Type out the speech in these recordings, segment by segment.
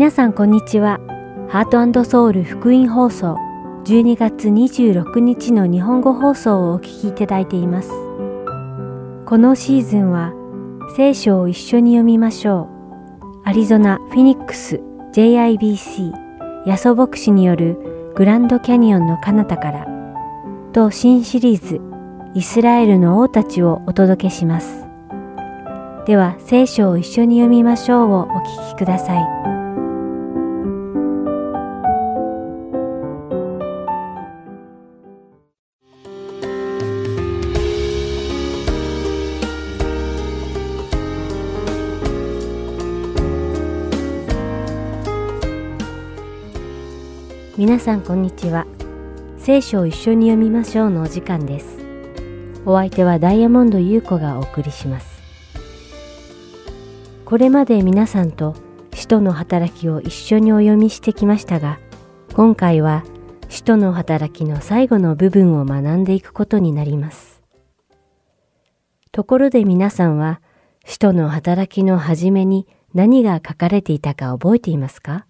皆さんこんにちは。ハート&ソウル福音放送12月26日の日本語放送をお聞きいただいています。このシーズンは聖書を一緒に読みましょう。アリゾナ・フィニックス JIBC ヤソ牧師によるグランドキャニオンの彼方からと新シリーズイスラエルの王たちをお届けします。では聖書を一緒に読みましょうをお聞きください。皆さんこんにちは。聖書を一緒に読みましょうのお時間です。お相手はダイヤモンド優子がお送りします。これまで皆さんと使徒の働きを一緒にお読みしてきましたが、今回は使徒の働きの最後の部分を学んでいくことになります。ところで皆さんは使徒の働きの初めに何が書かれていたか覚えていますか？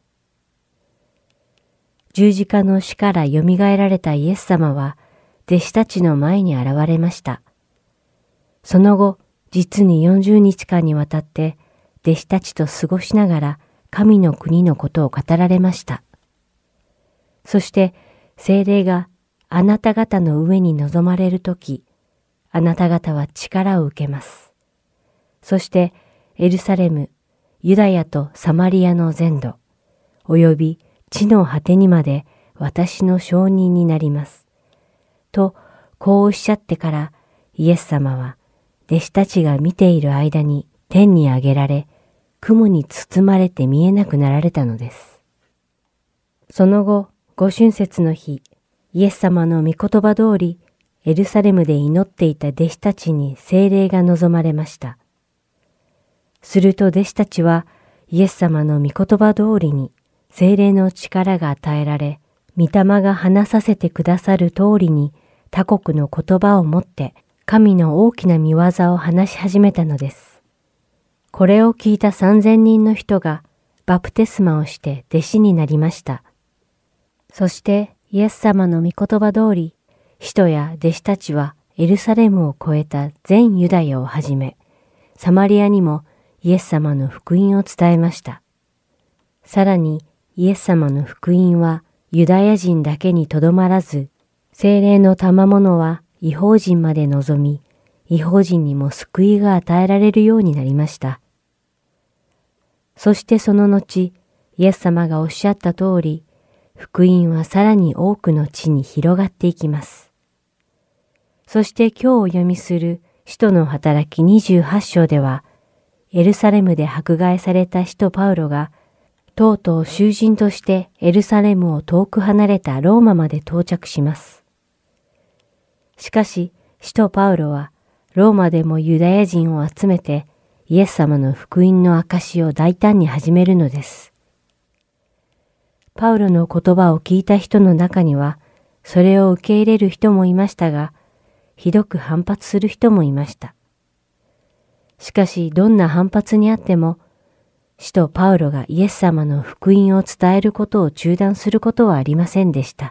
十字架の死からよみがえられたイエス様は弟子たちの前に現れました。その後、実に40日間にわたって弟子たちと過ごしながら神の国のことを語られました。そして聖霊があなた方の上に臨まれるとき、あなた方は力を受けます。そしてエルサレム、ユダヤとサマリアの全土、および地の果てにまで私の証人になります。と、こうおっしゃってからイエス様は弟子たちが見ている間に天に上げられ、雲に包まれて見えなくなられたのです。その後、ご春節の日、イエス様の御言葉通り、エルサレムで祈っていた弟子たちに聖霊が望まれました。すると弟子たちはイエス様の御言葉通りに聖霊の力が与えられ、御霊が話させてくださる通りに他国の言葉をもって神の大きな御業を話し始めたのです。これを聞いた3000人の人がバプテスマをして弟子になりました。そしてイエス様の御言葉通り、使徒や弟子たちはエルサレムを越えた全ユダヤをはじめ、サマリアにもイエス様の福音を伝えました。さらにイエス様の福音はユダヤ人だけにとどまらず、聖霊の賜物は異邦人まで望み、異邦人にも救いが与えられるようになりました。そしてその後、イエス様がおっしゃった通り、福音はさらに多くの地に広がっていきます。そして今日お読みする使徒の働き28章では、エルサレムで迫害された使徒パウロが、とうとう囚人としてエルサレムを遠く離れたローマまで到着します。しかし、使徒パウロはローマでもユダヤ人を集めてイエス様の福音の証を大胆に始めるのです。パウロの言葉を聞いた人の中には、それを受け入れる人もいましたが、ひどく反発する人もいました。しかし、どんな反発にあっても、使徒パウロがイエス様の福音を伝えることを中断することはありませんでした。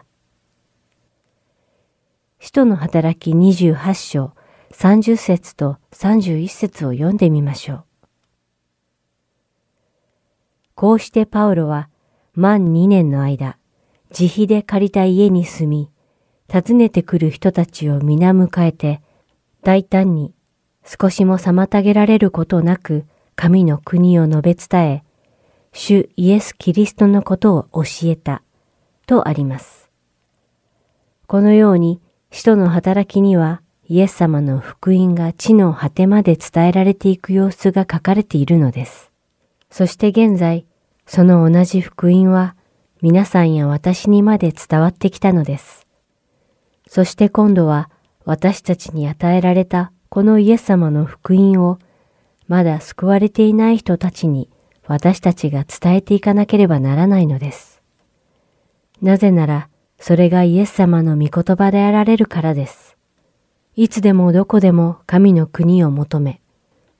使徒の働き28章30節と31節を読んでみましょう。こうしてパウロは満2年の間、自費で借りた家に住み、訪ねてくる人たちを皆迎えて、大胆に少しも妨げられることなく、神の国を述べ伝え、主イエス・キリストのことを教えた、とあります。このように、使徒の働きには、イエス様の福音が地の果てまで伝えられていく様子が書かれているのです。そして現在、その同じ福音は、皆さんや私にまで伝わってきたのです。そして今度は、私たちに与えられたこのイエス様の福音を、まだ救われていない人たちに私たちが伝えていかなければならないのです。なぜなら、それがイエス様の御言葉であられるからです。いつでもどこでも神の国を求め、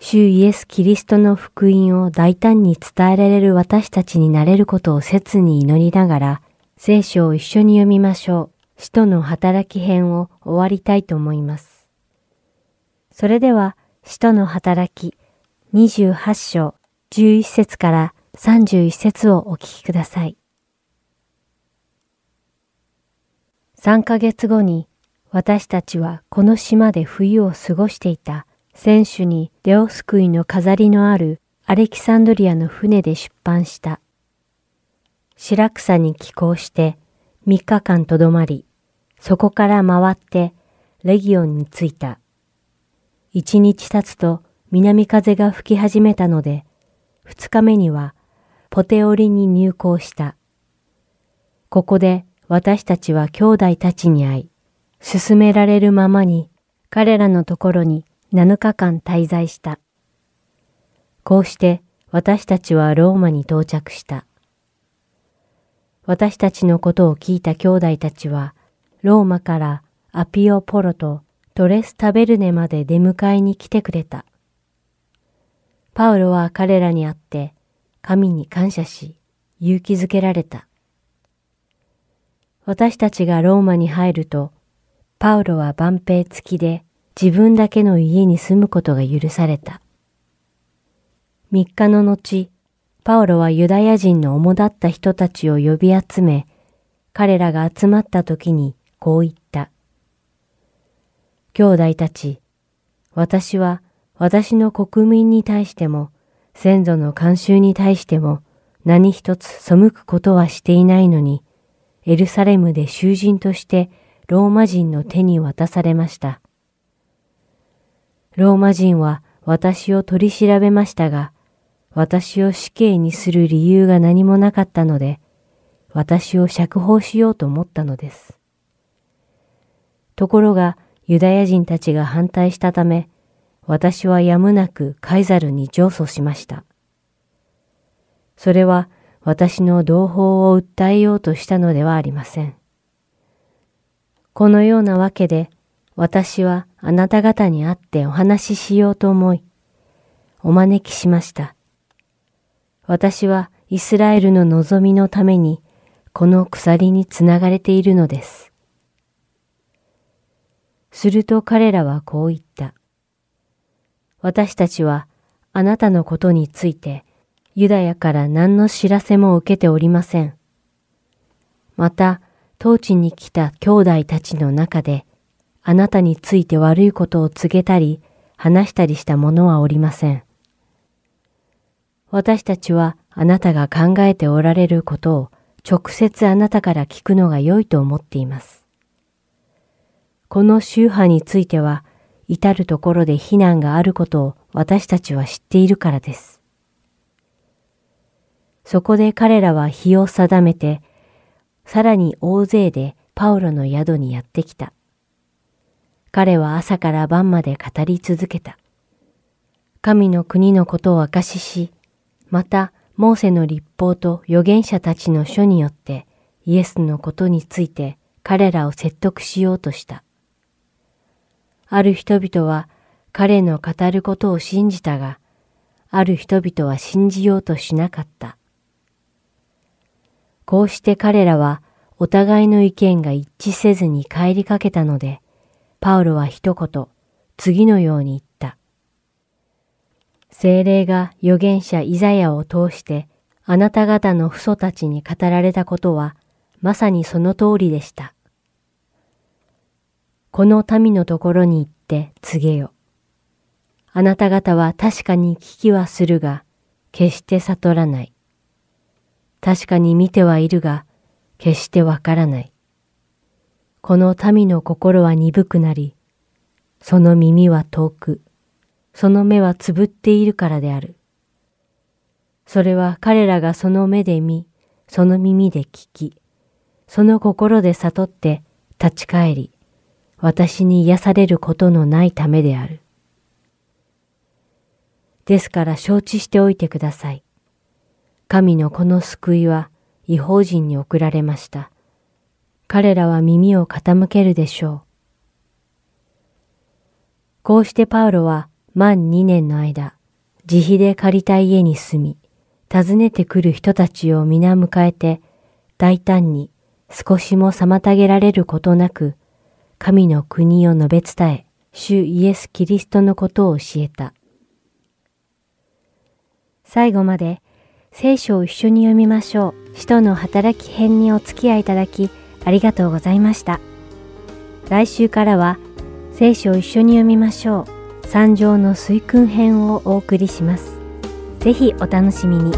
主イエス・キリストの福音を大胆に伝えられる私たちになれることを切に祈りながら、聖書を一緒に読みましょう。使徒の働き編を終わりたいと思います。それでは、使徒の働き28章11節から31節をお聞きください。3ヶ月後に、私たちはこの島で冬を過ごしていた。船首にデオスクイの飾りのあるアレキサンドリアの船で出版した。シラクサに寄港して3日間とどまり、そこから回ってレギオンに着いた。1日経つと南風が吹き始めたので、2日目にはポテオリに入港した。ここで私たちは兄弟たちに会い、勧められるままに彼らのところに7日間滞在した。こうして私たちはローマに到着した。私たちのことを聞いた兄弟たちは、ローマからアピオポロとトレスタベルネまで出迎えに来てくれた。パウロは彼らに会って神に感謝し、勇気づけられた。私たちがローマに入ると、パウロは万兵付きで、自分だけの家に住むことが許された。3日の後、パウロはユダヤ人の主だった人たちを呼び集め、彼らが集まった時にこう言った。兄弟たち、私は私の国民に対しても、先祖の慣習に対しても、何一つ背くことはしていないのに、エルサレムで囚人としてローマ人の手に渡されました。ローマ人は私を取り調べましたが、私を死刑にする理由が何もなかったので、私を釈放しようと思ったのです。ところがユダヤ人たちが反対したため、私はやむなくカイザルに上訴しました。それは私の同胞を訴えようとしたのではありません。このようなわけで、私はあなた方に会ってお話ししようと思い、お招きしました。私はイスラエルの望みのために、この鎖につながれているのです。すると彼らはこう言った。私たちはあなたのことについて、ユダヤから何の知らせも受けておりません。また、当地に来た兄弟たちの中で、あなたについて悪いことを告げたり、話したりした者はおりません。私たちはあなたが考えておられることを直接あなたから聞くのが良いと思っています。この宗派については、至るところで非難があることを私たちは知っているからです。そこで彼らは日を定めて、さらに大勢でパウロの宿にやってきた。彼は朝から晩まで語り続けた。神の国のことを証しし、またモーセの律法と預言者たちの書によってイエスのことについて彼らを説得しようとした。ある人々は彼の語ることを信じたが、ある人々は信じようとしなかった。こうして彼らはお互いの意見が一致せずに帰りかけたので、パウロは一言、次のように言った。聖霊が預言者イザヤを通してあなた方の父祖たちに語られたことはまさにその通りでした。この民のところに行って告げよ。あなた方は確かに聞きはするが、決して悟らない。確かに見てはいるが、決してわからない。この民の心は鈍くなり、その耳は遠く、その目はつぶっているからである。それは彼らがその目で見、その耳で聞き、その心で悟って立ち返り、私に癒されることのないためである。ですから承知しておいてください。神のこの救いは異邦人に送られました。彼らは耳を傾けるでしょう。こうしてパウロは満2年の間、自費で借りた家に住み、訪ねてくる人たちを皆迎えて、大胆に少しも妨げられることなく、神の国を述べ伝え、主イエス・キリストのことを教えた。最後まで聖書を一緒に読みましょう。使徒の働き編にお付き合いいただきありがとうございました。来週からは聖書を一緒に読みましょう。三条の水訓編をお送りします。ぜひお楽しみに。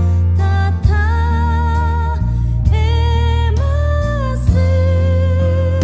「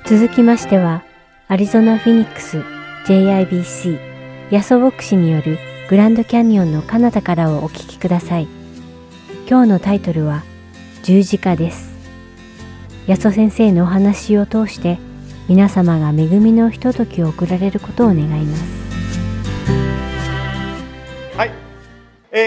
続きましては、アリゾナ・フィニックス JIBC ヤソ牧師によるグランドキャニオンの彼方からをお聞きください。今日のタイトルは十字架です。ヤソ先生のお話を通して皆様が恵みのひとときを送られることを願います。 はい、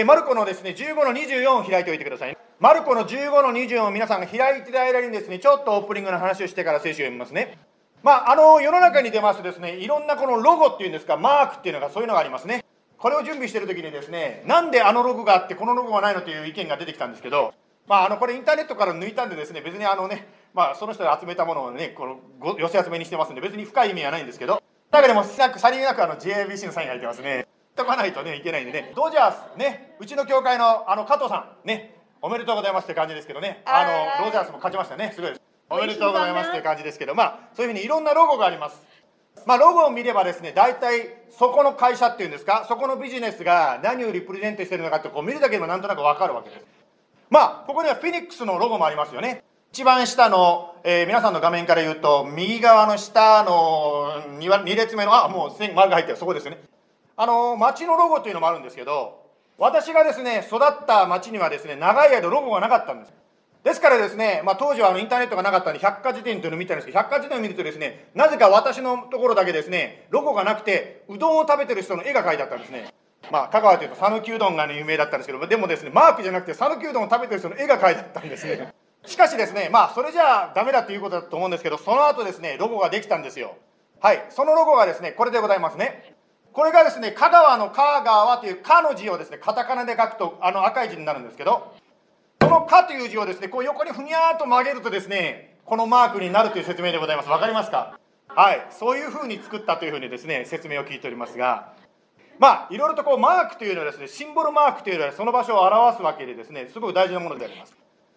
マルコのですね15の24を開いておいてください。マルコの15の24を皆さんが開いている間にですね、ちょっとオープニングの話をしてから聖書を読みますね。世の中に出ますとですね、いろんなこのロゴっていうんですか、マークっていうのがそういうのがありますね。これを準備している時にですね、なんであのロゴがあってこのロゴがないのという意見が出てきたんですけど、これインターネットから抜いたんでですね、別にその人が集めたものをね、この寄せ集めにしてますんで、別に深い意味はないんですけど、中でもさりげなくJIBC のサインが入ってますね。言っとかないとねいけないんでね。ドジャースね、うちの教会の加藤さんね、おめでとうございますって感じですけどね、ロジャースも勝ちましたね。すごいです。おめでとうございますって感じですけど、そういうふうにいろんなロゴがあります。ロゴを見ればですね、大体そこの会社っていうんですか、そこのビジネスが何をリプレゼントしているのかってこう見るだけでもなんとなく分かるわけです。ここにはフィニックスのロゴもありますよね。一番下の、皆さんの画面から言うと右側の下の 2列目のもう丸が入ってるそこですよね。町のロゴというのもあるんですけど、私がですね育った町にはですね長い間ロゴがなかったんです。ですからですね、当時はインターネットがなかったんで百科事典というのを見たんですけど、百科事典を見るとですね、なぜか私のところだけですねロゴがなくて、うどんを食べてる人の絵が描いてあったんですね。香川というと讃岐うどんが、有名だったんですけど、でもですねマークじゃなくて讃岐うどんを食べてる人の絵が描いてあったんですね。しかしですね、それじゃあダメだということだと思うんですけど、その後ですねロゴができたんですよ。はい、そのロゴがですねこれでございますね。これがですね香川の香川というかの字をですねカタカナで書くと赤い字になるんですけど、このかという字をですねこう横にふにゃーっと曲げるとですねこのマークになるという説明でございます。わかりますか？はい、そういうふうに作ったというふうにですね説明を聞いておりますが、いろいろとこうマークというのはですね、シンボルマークというのはその場所を表すわけでですね、すごく大事なものであります。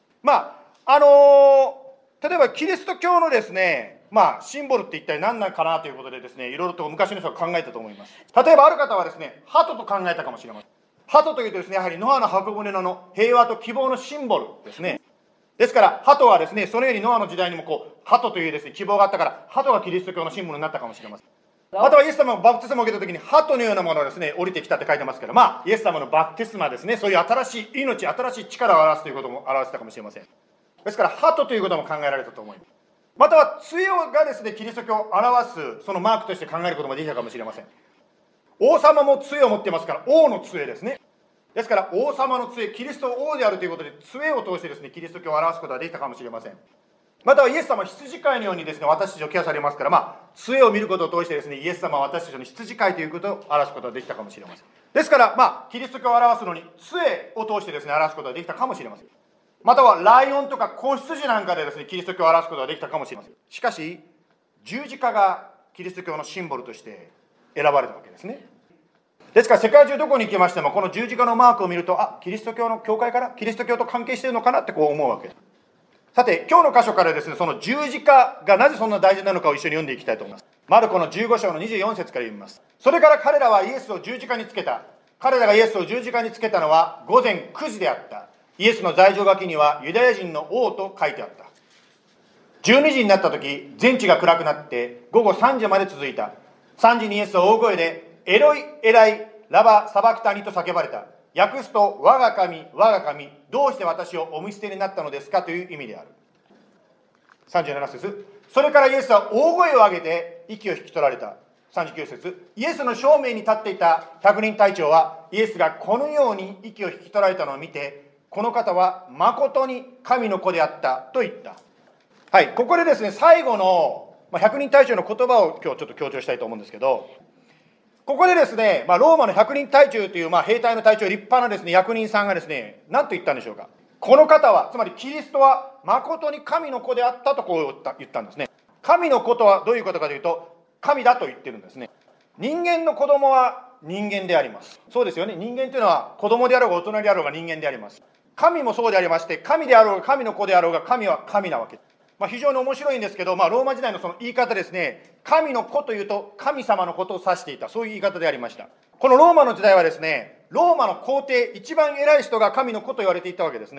例えばキリスト教のですねシンボルって一体何なのかなということでですね、いろいろと昔の人が考えたと思います。例えばある方はですね鳩と考えたかもしれません。鳩というとですね、やはりノアの箱舟の平和と希望のシンボルですね。ですから鳩はですね、そのようにノアの時代にも鳩というですね希望があったから、鳩がキリスト教のシンボルになったかもしれません。またはイエス様がバプテスマを受けた時に鳩のようなものがですね降りてきたって書いてますから、イエス様のバプテスマですね、そういう新しい命、新しい力を表すということも表したかもしれません。ですから鳩ということも考えられたと思います。または杖がですねキリスト教を表すそのマークとして考えることもできたかもしれません。王様も杖を持ってますから、王の杖ですね。ですから王様の杖、キリスト王であるということで杖を通してですねキリスト教を表すことができたかもしれません。またはイエス様は羊飼いのようにですね私たちをケアされますから、杖を見ることを通してですねイエス様は私たちの羊飼いということを表すことができたかもしれません。ですから、キリスト教を表すのに杖を通してですね表すことができたかもしれません。またはライオンとか子羊なんかでですねキリスト教を表すことができたかもしれません。しかし十字架がキリスト教のシンボルとして選ばれたわけですね。ですから世界中どこに行きましてもこの十字架のマークを見ると、キリスト教の教会からキリスト教と関係しているのかなって思うわけです。さて今日の箇所からですね、その十字架がなぜそんな大事なのかを一緒に読んでいきたいと思います。マルコの15章の24節から読みます。それから彼らはイエスを十字架につけた。彼らがイエスを十字架につけたのは午前9時であった。イエスの罪状書きにはユダヤ人の王と書いてあった。12時になった時、全地が暗くなって午後3時まで続いた。3時にイエスは大声でエロイエライラバサバクタニと叫ばれた。訳すと我が神我が神、どうして私をお見捨てになったのですかという意味である。37節、それからイエスは大声を上げて息を引き取られた。39節、イエスの正面に立っていた百人隊長はイエスがこのように息を引き取られたのを見て、この方は誠に神の子であったと言った。はい、ここでですね最後の百人隊長の言葉を今日ちょっと強調したいと思うんですけど、ここでですね、ローマの百人隊長という兵隊の隊長、立派なですね役人さんがですね何と言ったんでしょうか。この方は、つまりキリストは誠に神の子であったとこう言ったんですね。神の子とはどういうことかというと、神だと言ってるんですね。人間の子供は人間であります。そうですよね。人間というのは子供であろうが大人であろうが人間であります。神もそうでありまして、神であろうが神の子であろうが神は神なわけです。非常に面白いんですけど、ローマ時代のその言い方ですね、神の子というと神様のことを指していた、そういう言い方でありました。このローマの時代はですね、ローマの皇帝、一番偉い人が神の子と言われていたわけですね。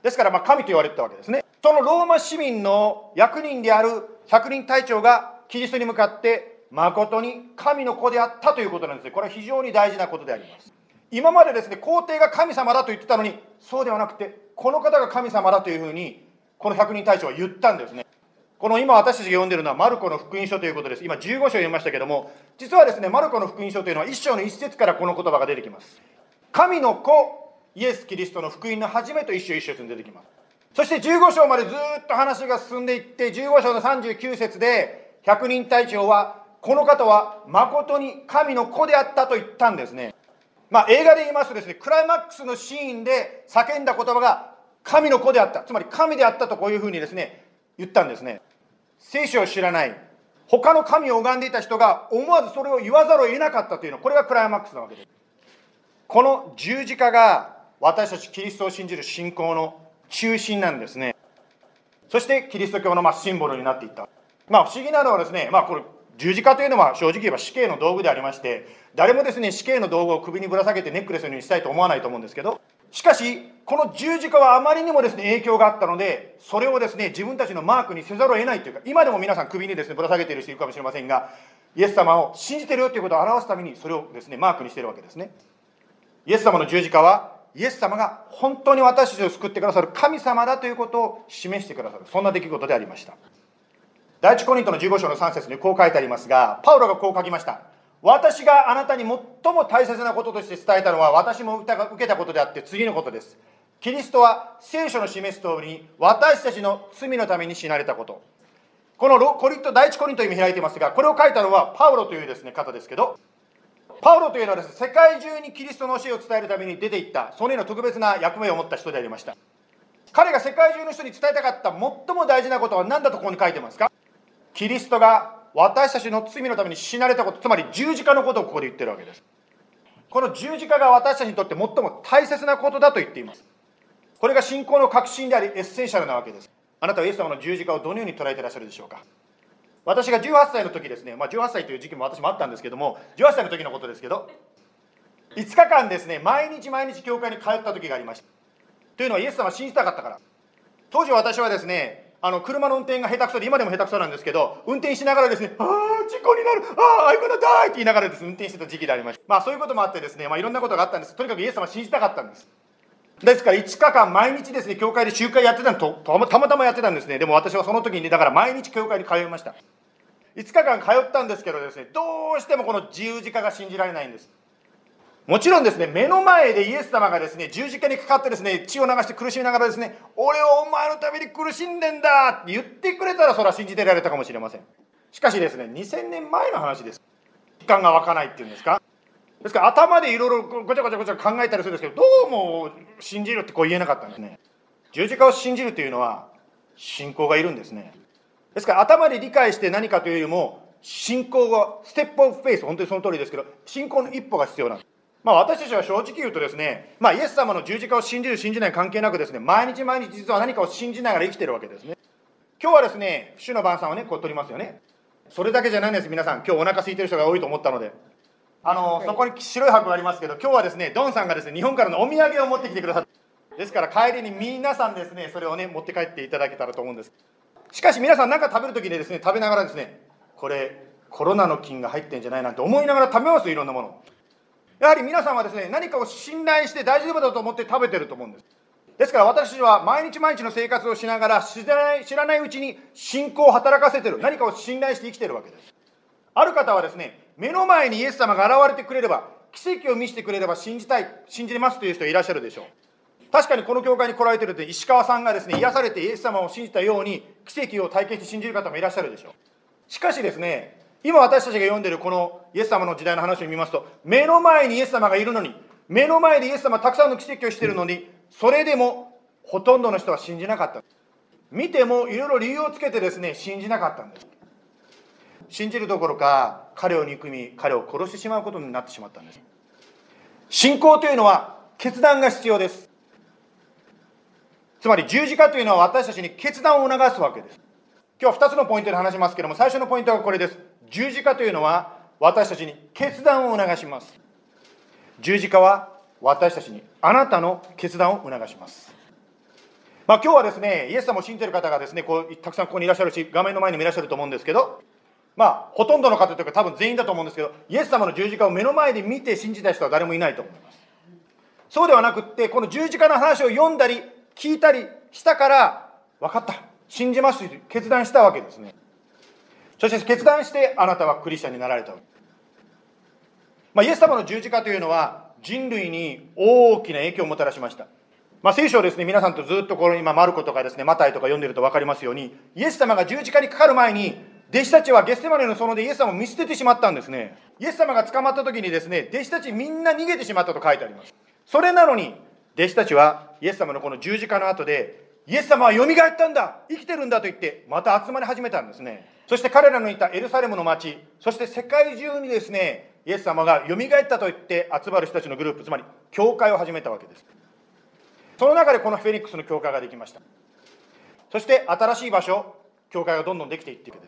ですから神と言われてたわけですね。そのローマ市民の役人である百人隊長がキリストに向かって誠に神の子であったということなんですね。これは非常に大事なことであります。今までですね、皇帝が神様だと言ってたのに、そうではなくて、この方が神様だというふうに、この百人隊長は言ったんですね。この今私たちが読んでいるのはマルコの福音書ということです。今15章読みましたけども、実はですね、マルコの福音書というのは1章の1節からこの言葉が出てきます。神の子、イエス・キリストの福音の始めと1章1節に出てきます。そして15章までずっと話が進んでいって、15章の39節で、百人隊長は、この方は誠に神の子であったと言ったんですね。映画で言いますとですね、クライマックスのシーンで叫んだ言葉が神の子であった、つまり神であったとこういうふうにですね、言ったんですね。聖書を知らない、他の神を拝んでいた人が思わずそれを言わざるを得なかったというの、これがクライマックスなわけです。この十字架が私たちキリストを信じる信仰の中心なんですね。そしてキリスト教のシンボルになっていった。不思議なのはですね、これ十字架というのは正直言えば死刑の道具でありまして、誰もですね、死刑の道具を首にぶら下げてネックレスのようにしたいと思わないと思うんですけど、しかし、この十字架はあまりにもですね、影響があったので、それをですね、自分たちのマークにせざるを得ないというか、今でも皆さん首にですね、ぶら下げている人いるかもしれませんが、イエス様を信じてるよということを表すために、それをですね、マークにしているわけですね。イエス様の十字架は、イエス様が本当に私たちを救ってくださる神様だということを示してくださる、そんな出来事でありました。第一コリントの15章の3節にこう書いてありますが、パウロがこう書きました。私があなたに最も大切なこととして伝えたのは、私も受けたことであって次のことです。キリストは聖書の示す通りに私たちの罪のために死なれたこと。この第一コリントに開いていますが、これを書いたのはパウロというですね、方ですけど、パウロというのはですね、世界中にキリストの教えを伝えるために出ていった、そのような特別な役目を持った人でありました。彼が世界中の人に伝えたかった最も大事なことは何だとここに書いてますか？キリストが私たちの罪のために死なれたこと、つまり十字架のことをここで言ってるわけです。この十字架が私たちにとって最も大切なことだと言っています。これが信仰の核心でありエッセンシャルなわけです。あなたはイエス様の十字架をどのように捉えていらっしゃるでしょうか。私が18歳の時ですね、18歳という時期も私もあったんですけども、18歳の時のことですけど、5日間ですね、毎日教会に通った時がありました。というのはイエス様を信じたかったから。当時私はですね、車の運転が下手くそで、今でも下手くそなんですけど、運転しながらですね、事故になる、I'm gonna die って言いながらですね、運転してた時期でありました。そういうこともあってですね、いろんなことがあったんです。とにかくイエス様を信じたかったんです。ですから5日間毎日ですね、教会で集会やってたのと、たまたまやってたんですね。でも私はその時に、だから毎日教会に通いました。5日間通ったんですけどですね、どうしてもこの十字架が信じられないんです。もちろんですね、目の前でイエス様がですね、十字架にかかってですね、血を流して苦しみながらですね、俺はお前のために苦しんでんだって言ってくれたら、それは信じてられたかもしれません。しかしですね、2000年前の話です。時間が湧かないっていうんですか。ですから頭でいろいろごちゃごちゃ考えたりするんですけど、どうも信じるって言えなかったんですね。十字架を信じるというのは信仰がいるんですね。ですから頭で理解して何かというよりも、信仰がステップオブフェイス、本当にその通りですけど、信仰の一歩が必要なんです。私たちは正直言うとですね、イエス様の十字架を信じる信じない関係なくですね、毎日実は何かを信じながら生きてるわけですね。今日はですね、主の晩餐をね、取りますよね。それだけじゃないんです。皆さん、今日お腹空いてる人が多いと思ったので、そこに白い箱がありますけど、今日はですね、ドンさんがですね、日本からのお土産を持ってきてくださった。ですから帰りに皆さんですね、それをね、持って帰っていただけたらと思うんです。しかし皆さん何か食べるときにですね、食べながらですね、これコロナの菌が入ってんじゃないなんて思いながら食べますよ、いろんなもの。やはり皆さんはですね、何かを信頼して大丈夫だと思って食べてると思うんです。ですから私は毎日の生活をしながら知らないうちに信仰を働かせてる、何かを信頼して生きてるわけです。ある方はですね、目の前にイエス様が現れてくれれば、奇跡を見せてくれれば信じれますという人いらっしゃるでしょう。確かにこの教会に来られている石川さんがですね、癒されてイエス様を信じたように奇跡を体験して信じる方もいらっしゃるでしょう。しかしですね、今私たちが読んでいるこのイエス様の時代の話を見ますと、目の前にイエス様がいるのに、目の前でイエス様たくさんの奇跡をしているのに、それでもほとんどの人は信じなかった。見てもいろいろ理由をつけてですね、信じなかったんです。信じるどころか彼を憎み、彼を殺してしまうことになってしまったんです。信仰というのは決断が必要です。つまり十字架というのは私たちに決断を促すわけです。今日は2つのポイントで話しますけども、最初のポイントがこれです。十字架というのは私たちに決断を促します。十字架は私たちにあなたの決断を促します。 今日はですね、イエス様を信じている方がですね、たくさんここにいらっしゃるし、画面の前にもいらっしゃると思うんですけど、ほとんどの方というか多分全員だと思うんですけど、イエス様の十字架を目の前で見て信じた人は誰もいないと思います。そうではなくって、この十字架の話を読んだり聞いたりしたから、分かった、信じますと決断したわけですね。そして決断してあなたはクリスチャンになられたわけ。イエス様の十字架というのは人類に大きな影響をもたらしました。聖書をですね、皆さんとずっと今マルコとかですね、マタイとか読んでると分かりますように、イエス様が十字架にかかる前に弟子たちはゲッセマネの園でイエス様を見捨ててしまったんですね。イエス様が捕まった時にですね、弟子たちみんな逃げてしまったと書いてあります。それなのに弟子たちはイエス様のこの十字架の後で、イエス様はよみがえったんだ、生きてるんだと言ってまた集まり始めたんですね。そして彼らのいたエルサレムの町、そして世界中にですね、イエス様がよみがえったと言って集まる人たちのグループ、つまり教会を始めたわけです。その中でこのフェニックスの教会ができました。そして新しい場所、教会がどんどんできていっていくんです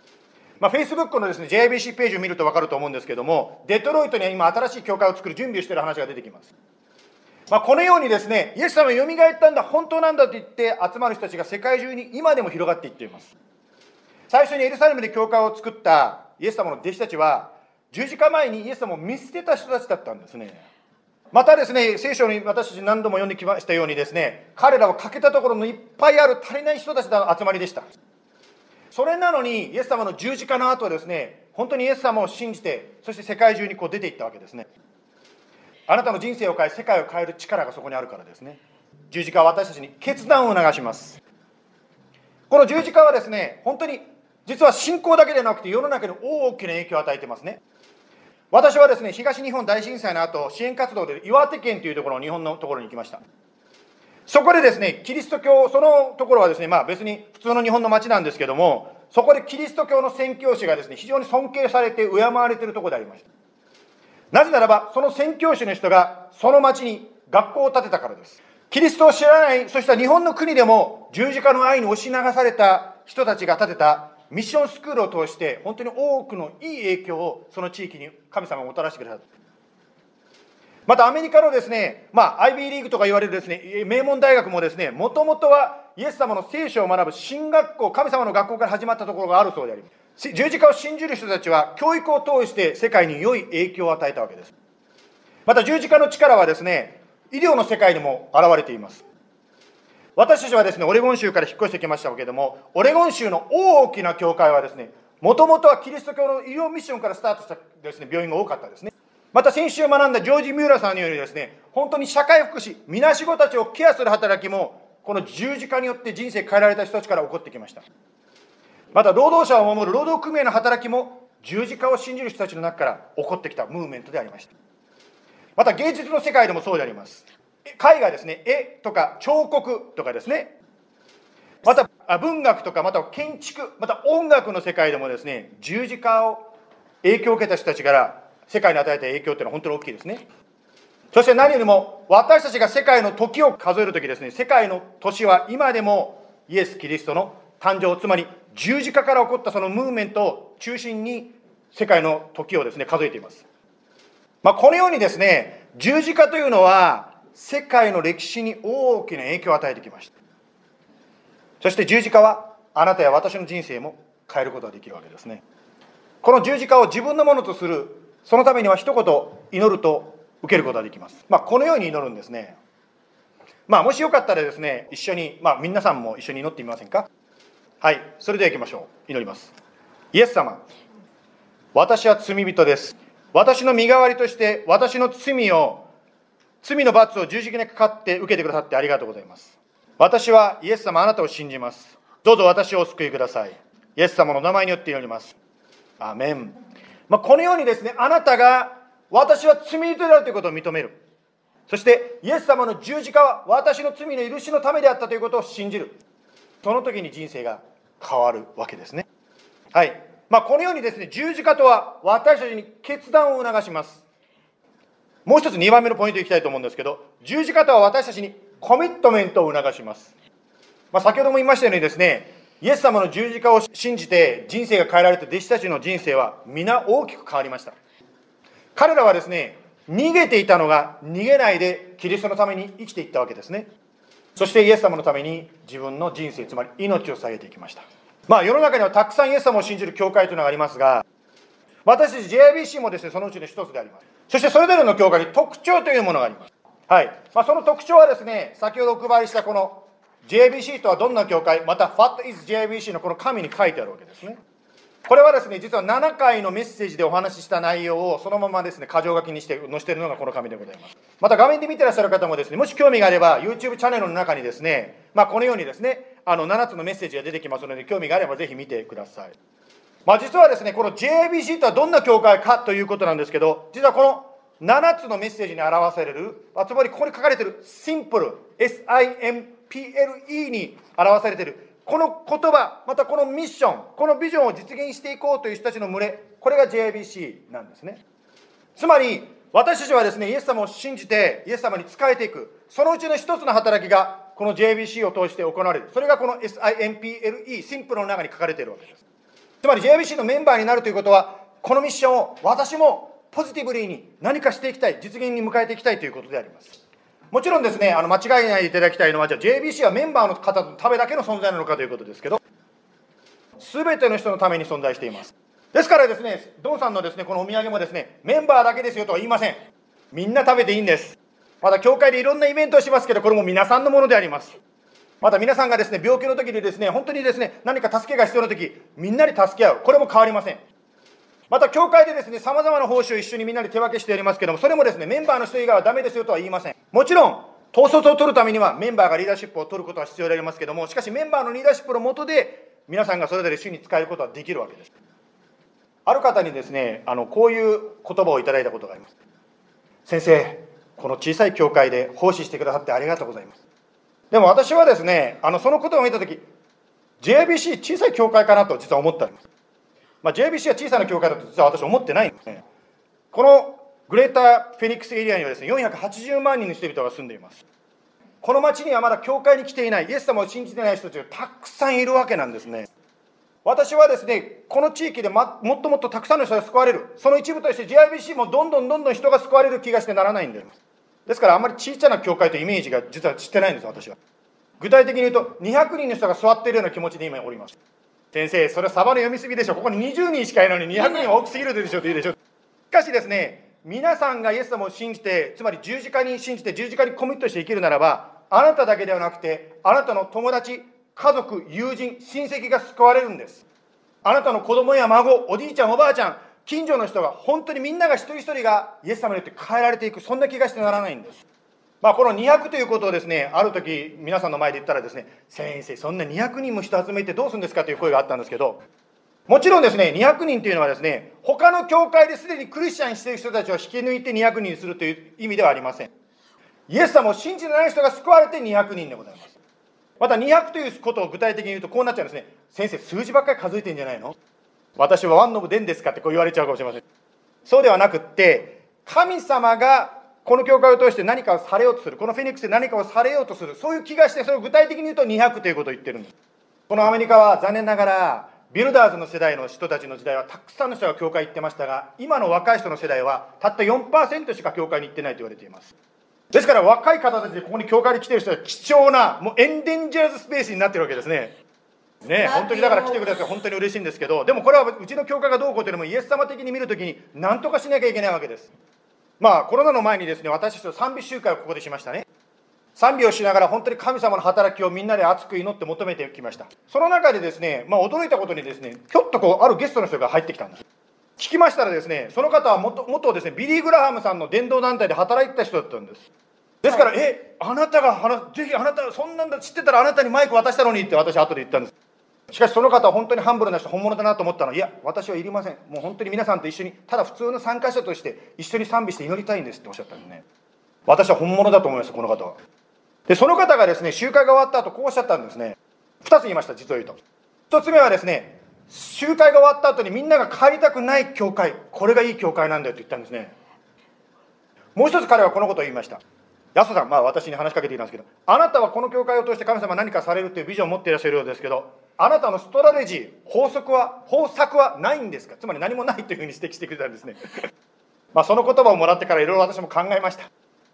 。Facebook のですね、JIBC ページを見ると分かると思うんですけども、デトロイトには今新しい教会を作る準備をしている話が出てきます。このようにですね、イエス様がよみがえったんだ、本当なんだと言って集まる人たちが世界中に今でも広がっていっています。最初にエルサレムで教会を作ったイエス様の弟子たちは、十字架前にイエス様を見捨てた人たちだったんですね。またですね、聖書に私たち何度も読んできましたようにですね、彼らは欠けたところのいっぱいある足りない人たちの集まりでした。それなのにイエス様の十字架の後はですね、本当にイエス様を信じて、そして世界中に出ていったわけですね。あなたの人生を変え、世界を変える力がそこにあるからですね。十字架は私たちに決断を促します。この十字架はですね、本当に実は信仰だけでなくて世の中に大きな影響を与えていますね。私はですね、東日本大震災の後、支援活動で岩手県というところ、日本のところに行きました。そこでですね、キリスト教、そのところはですね、別に普通の日本の町なんですけども、そこでキリスト教の宣教師がですね、非常に尊敬されて敬われているところでありました。なぜならば、その宣教師の人がその町に学校を建てたからです。キリストを知らない、そして日本の国でも十字架の愛に押し流された人たちが建てたミッションスクールを通して、本当に多くのいい影響をその地域に神様がもたらしてくださった。またアメリカのですね、アイビーリーグとか言われるですね、名門大学もですね、もともとはイエス様の聖書を学ぶ神学校、神様の学校から始まったところがあるそうであります。十字架を信じる人たちは教育を通して世界に良い影響を与えたわけです。また十字架の力はですね、医療の世界にも現れています。私たちはですね、オレゴン州から引っ越してきましたけれども、オレゴン州の大きな教会はですね、もともとはキリスト教の医療ミッションからスタートしたですね、病院が多かったですね。また先週学んだジョージ・ミューラさんのようにですね、本当に社会福祉、みなしごたちをケアする働きも、この十字架によって人生変えられた人たちから起こってきました。また労働者を守る労働組合の働きも、十字架を信じる人たちの中から起こってきたムーブメントでありました。また芸術の世界でもそうであります。絵画ですね、絵とか彫刻とかですね、また文学とか、また建築、また音楽の世界でもですね、十字架を影響を受けた人たちから世界に与えた影響というのは本当に大きいですね。そして何よりも私たちが世界の時を数えるときですね、世界の年は今でもイエス・キリストの誕生、つまり十字架から起こったそのムーブメントを中心に世界の時をですね、数えています。このようにですね、十字架というのは世界の歴史に大きな影響を与えてきました。そして十字架はあなたや私の人生も変えることができるわけですね。この十字架を自分のものとする、そのためには一言祈ると受けることができます。このように祈るんですね。もしよかったらですね、一緒に、皆さんも一緒に祈ってみませんか。はい、それでは行きましょう。祈ります。イエス様、私は罪人です。私の身代わりとして私の罪の罰を十字架にかかって受けてくださってありがとうございます。私はイエス様、あなたを信じます。どうぞ私をお救いください。イエス様の名前によって祈ります。アーメン。このようにですね、あなたが私は罪人であるということを認める。そしてイエス様の十字架は私の罪の許しのためであったということを信じる。その時に人生が変わるわけですね。はい。このようにですね、十字架とは私たちに決断を促します。もう一つ2番目のポイントいきたいと思うんですけど、十字架とは私たちにコミットメントを促します。先ほども言いましたようにですね、イエス様の十字架を信じて人生が変えられた弟子たちの人生は皆大きく変わりました。彼らはですね、逃げていたのが逃げないでキリストのために生きていったわけですね。 そしてイエス様のために自分の人生、つまり命を捧げていきました。世の中にはたくさんイエス様を信じる教会というのがありますが、私たち JIBC もですね、そのうちの一つであります。そしてそれぞれの教会に特徴というものがあります。はい。その特徴はですね、先ほどお配りしたこの JIBC とはどんな教会、また What is JIBC のこの紙に書いてあるわけですね。これはですね、実は7回のメッセージでお話しした内容をそのままですね、箇条書きにして載せているのがこの紙でございます。また画面で見てらっしゃる方もですね、もし興味があれば YouTube チャンネルの中にですね、このようにですね、7つのメッセージが出てきますので、興味があればぜひ見てください。実はですね、この JIBC とはどんな教会かということなんですけど、実はこの7つのメッセージに表される、つまりここに書かれているシンプル、SIMPLE に表されている、この言葉、またこのミッション、このビジョンを実現していこうという人たちの群れ、これが JIBC なんですね。つまり、私たちはですね、イエス様を信じて、イエス様に仕えていく、そのうちの一つの働きが、この JIBC を通して行われる。それがこの SIMPLE、シンプルの中に書かれているわけです。つまり JIBC のメンバーになるということは、このミッションを私もポジティブリーに何かしていきたい、実現に向かえていきたいということであります。もちろんですね、間違えないでいただきたいのは、じゃあ JIBC はメンバーの方のためだけの存在なのかということですけど、すべての人のために存在しています。ですからですね、ドンさんのですね、このお土産もですね、メンバーだけですよとは言いません。みんな食べていいんです。また教会でいろんなイベントをしますけど、これも皆さんのものであります。また皆さんがですね、病気の時にですね、本当にですね、何か助けが必要な時、みんなで助け合う。これも変わりません。また教会でですね、様々な報酬を一緒にみんなで手分けしてやりますけども、それもですね、メンバーの人以外はダメですよとは言いません。もちろん、統率を取るためにはメンバーがリーダーシップを取ることは必要でありますけども、しかしメンバーのリーダーシップの下で、皆さんがそれぞれ主に使えることはできるわけです。ある方にですね、こういう言葉をいただいたことがあります。先生、この小さい教会で奉仕してくださってありがとうございます。でも私はですね、そのことを見たとき、JIBC 小さい教会かなと実は思ったんです。JIBC は小さな教会だと実は私は思ってないんですね。このグレーターフェニックスエリアにはですね、480万人の人々が住んでいます。この町にはまだ教会に来ていない、イエス様を信じていない人たちがたくさんいるわけなんですね。私はですね、この地域でもっともっとたくさんの人が救われる、その一部として JIBC もどんどん人が救われる気がしてならないんです。ですからあんまり小さな教会というイメージが実はしてないんです、私は。具体的に言うと、200人の人が座っているような気持ちで今おります。先生、それはサバの読みすぎでしょ。ここに20人しかいないのに200人は大きすぎるでしょと言うでしょ。しかしですね、皆さんがイエス様を信じて、つまり十字架に信じて十字架にコミットして生きるならば、あなただけではなくて、あなたの友達、家族、友人、親戚が救われるんです。あなたの子供や孫、おじいちゃん、おばあちゃん、近所の人が、本当にみんなが一人一人がイエス様によって変えられていく、そんな気がしてならないんです。この200ということをですね、ある時皆さんの前で言ったらですね、先生、そんな200人も人集めてどうするんですかという声があったんですけど、もちろんですね、200人というのはですね、他の教会ですでにクリスチャンにしている人たちを引き抜いて200人にするという意味ではありません。イエス様を信じてない人が救われて200人でございます。また200ということを具体的に言うとこうなっちゃうんですね。先生、数字ばっかり数えてんじゃないの？私はワンノブデンですかってこう言われちゃうかもしれません。そうではなくって、神様がこの教会を通して何かをされようとする、このフェニックスで何かをされようとする、そういう気がして、それを具体的に言うと200ということを言ってるんです。このアメリカは残念ながら、ビルダーズの世代の人たちの時代はたくさんの人が教会に行ってましたが、今の若い人の世代はたった 4% しか教会に行ってないと言われています。ですから若い方たちでここに教会に来ている人は貴重な、もうエンデンジャーズスペースになっているわけですね。本当にだから来てくれて本当に嬉しいんですけど、でもこれはうちの教会がどうこうというよりもイエス様的に見るときに何とかしなきゃいけないわけです。コロナの前にですね、私たちと賛美集会をここでしましたね。賛美をしながら本当に神様の働きをみんなで熱く祈って求めてきました。その中でですね、驚いたことにですね、ひょっとあるゲストの人が入ってきたんです。聞きましたらですね、その方は元ですね、ビリー・グラハムさんの伝道団体で働いてた人だったんです。ですから、あなたがぜひあなたそんなんだ知ってたらあなたにマイク渡したのにって私後で言ったんです。しかしその方は本当にハンブルな人、本物だなと思ったの。いや、私はいりません。もう本当に皆さんと一緒に、ただ普通の参加者として一緒に賛美して祈りたいんですっておっしゃったんですね。私は本物だと思いました、この方は。で、その方がですね、集会が終わった後こうおっしゃったんですね。2つ言いました、実を言うと。1つ目はですね、集会が終わった後にみんなが帰りたくない教会、これがいい教会なんだよと言ったんですね。もう一つ彼はこのことを言いました。安田さん、私に話しかけていたんですけど、あなたはこの教会を通して神様何かされるというビジョンを持っていらっしゃるようですけど、あなたのストラテジー、方策はないんですか？つまり何もないというふうに指摘してくれたんですね。その言葉をもらってからいろいろ私も考えました。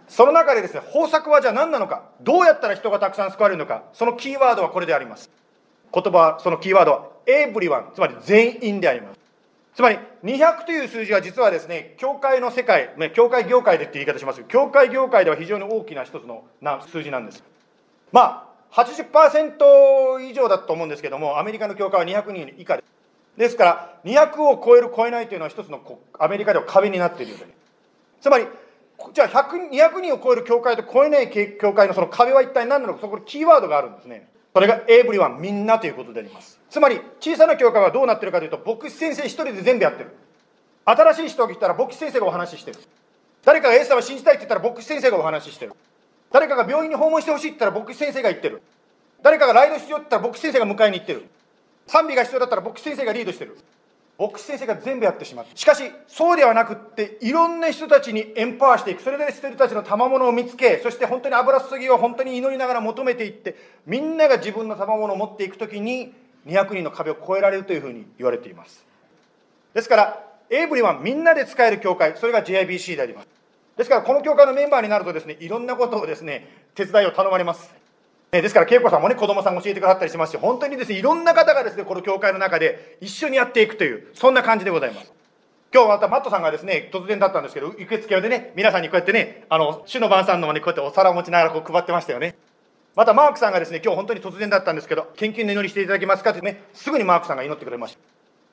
その中でですね、方策はじゃあ何なのか、どうやったら人がたくさん救われるのか、そのキーワードはこれであります。言葉は、そのキーワードはeveryone、つまり全員であります。つまり200という数字は実はですね、教会の世界、教会業界でっていう言い方しますけど、教会業界では非常に大きな一つの数字なんです。80% 以上だと思うんですけども、アメリカの教会は200人以下です。ですから200を超える超えないというのは一つのアメリカでは壁になっているようです。つまりじゃあ200人を超える教会と超えない教会のその壁は一体何なのか、そこにキーワードがあるんですね。それがエイブリワン、みんなということであります。つまり小さな教会はどうなっているかというと、牧師先生一人で全部やってる。新しい人が来たら牧師先生がお話ししてる。誰かがイエス様を信じたいって言ったら牧師先生がお話ししてる。誰かが病院に訪問してほしいって言ったら牧師先生が言ってる。誰かがライド必要って言ったら牧師先生が迎えに行ってる。賛美が必要だったら牧師先生がリードしてる。牧師先生が全部やってしまう。しかしそうではなくって、いろんな人たちにエンパワーしていく。それで人たちの賜物を見つけ、そして本当に油注ぎを本当に祈りながら求めていって、みんなが自分の賜物を持っていくときに200人の壁を越えられるというふうに言われています。ですからエイブリワン、みんなで使える教会、それが JIBC であります。ですからこの教会のメンバーになるとですね、いろんなことをですね、手伝いを頼まれます。ですから恵子さんもね、子供さんが教えてくださったりしますし、本当にですね、いろんな方がですね、この教会の中で一緒にやっていくという、そんな感じでございます。今日またマットさんがですね、突然だったんですけど、受付でね、皆さんにこうやってね、主の晩餐のね、こうやってお皿を持ちながらこう配ってましたよね。またマークさんがですね、今日本当に突然だったんですけど、献金の祈りしていただけますかってね、すぐにマークさんが祈ってくれました。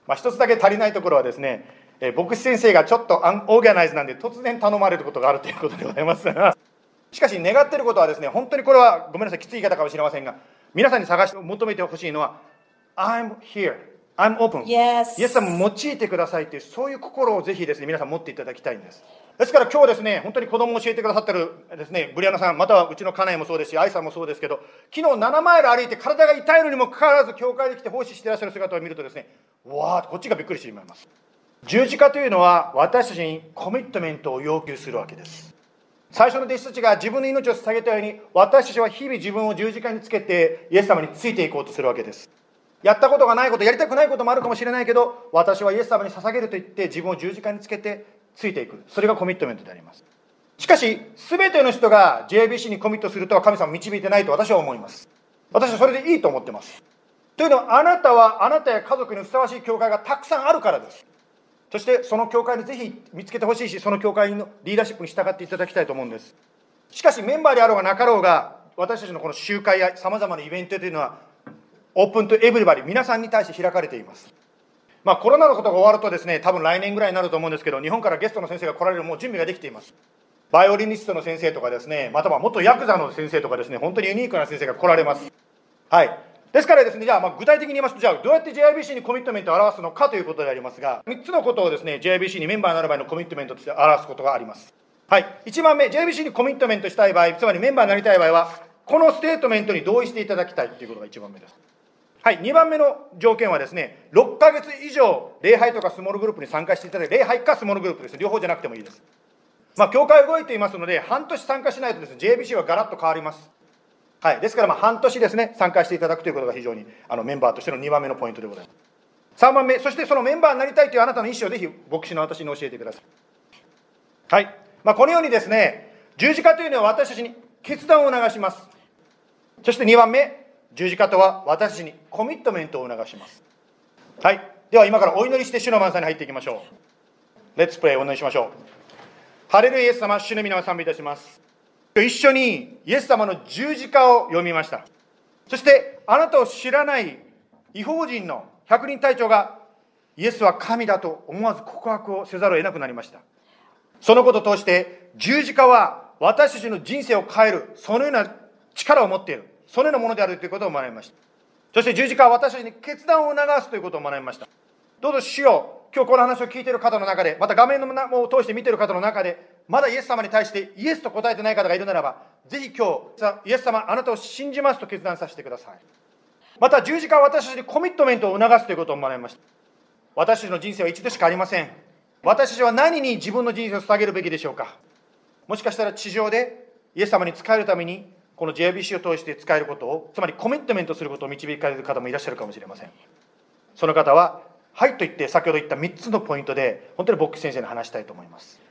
一つだけ足りないところはですね、牧師先生がちょっとオーガナイズなんで突然頼まれることがあるということでございます。しかし願っていることはですね、本当にこれはごめんなさい、きつい言い方かもしれませんが、皆さんに探して求めてほしいのは I'm here, I'm open、 Yes. イエス様を用いてくださいという、そういう心をぜひですね、皆さん持っていただきたいんです。ですから今日ですね、本当に子供を教えてくださってるですね、ブリアナさん、またはうちの家内もそうですし、愛さんもそうですけど、昨日7マイル歩いて体が痛いのにもかかわらず教会に来て奉仕していらっしゃる姿を見るとですね、わーっとこっちがびっくりしてしまいます。十字架というのは私たちにコミットメントを要求するわけです。最初の弟子たちが自分の命を捧げたように、私たちは日々自分を十字架につけてイエス様についていこうとするわけです。やったことがないこと、やりたくないこともあるかもしれないけど、私はイエス様に捧げると言って自分を十字架につけてついていく。それがコミットメントであります。しかし全ての人が JIBC にコミットするとは神様導いてないと私は思います。私はそれでいいと思ってます。というのは、あなたはあなたや家族にふさわしい教会がたくさんあるからです。そしてその教会にぜひ見つけてほしいし、その教会のリーダーシップに従っていただきたいと思うんです。しかしメンバーであろうがなかろうが、私たちのこの集会やさまざまなイベントというのはオープンとエブリバディ、皆さんに対して開かれています。コロナのことが終わるとですね、多分来年ぐらいになると思うんですけど、日本からゲストの先生が来られるもう準備ができています。バイオリニストの先生とかですね、または元ヤクザの先生とかですね、本当にユニークな先生が来られます。はい。ですからですね、じゃあ具体的に言いますと、じゃあどうやって JIBC にコミットメントを表すのかということでありますが、3つのことをですね、JIBC にメンバーになる場合のコミットメントとして表すことがあります。はい。1番目、JIBC にコミットメントしたい場合、つまりメンバーになりたい場合は、このステートメントに同意していただきたいということが1番目です。はい。2番目の条件はですね、6ヶ月以上礼拝とかスモールグループに参加していただいて、礼拝かスモールグループです。両方じゃなくてもいいです。教会動いていますので、半年参加しないとですね、JIBC はガラッと変わります。はい、ですから半年ですね、参加していただくということが非常にメンバーとしての2番目のポイントでございます。3番目、そしてそのメンバーになりたいというあなたの意思をぜひ牧師の私に教えてください。はい、このようにですね、十字架というのは私たちに決断を促します。そして2番目、十字架とは私たちにコミットメントを促します。はい、では今からお祈りして主の晩餐に入っていきましょう。レッツプレイ、お祈りしましょう。ハレルヤイエス様、主の皆を賛美いたします。一緒にイエス様の十字架を読みました。そしてあなたを知らない異邦人の百人隊長がイエスは神だと思わず告白をせざるを得なくなりました。そのことを通して十字架は私たちの人生を変える、そのような力を持っている、そのようなものであるということを学びました。そして十字架は私たちに決断を促すということを学びました。どうぞ主よ、今日この話を聞いている方の中で、また画面を通して見ている方の中で、まだイエス様に対してイエスと答えてない方がいるならば、ぜひ今日イエス様、あなたを信じますと決断させてください。また十字架は私たちにコミットメントを促すということを学びました。私たちの人生は一度しかありません。私たちは何に自分の人生を捧げるべきでしょうか。もしかしたら地上でイエス様に仕えるためにこの JIBC を通して使えることを、つまりコミットメントすることを導かれる方もいらっしゃるかもしれません。その方ははいと言って、先ほど言った3つのポイントで本当に牧師先生に話したいと思います。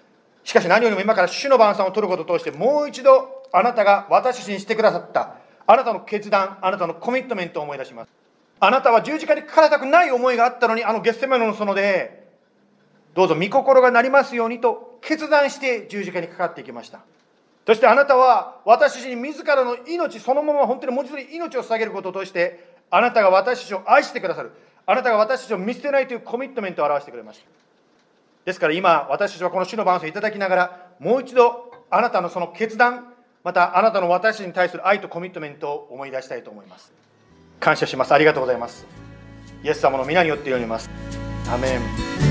しかし何よりも今から主の晩餐を取ることを通して、もう一度あなたが私たちにしてくださったあなたの決断、あなたのコミットメントを思い出します。あなたは十字架にかかられたくない思いがあったのに、ゲッセマネの園でどうぞ御心がなりますようにと決断して十字架にかかっていきました。そしてあなたは私たちに自らの命そのまま、本当に文字通り命を捧げることを通して、あなたが私たちを愛してくださる、あなたが私たちを見捨てないというコミットメントを表してくれました。ですから今私たちはこの主の晩餐をいただきながら、もう一度あなたのその決断、またあなたの私たちに対する愛とコミットメントを思い出したいと思います。感謝します。ありがとうございます。イエス様の皆によって祈ります。アメン。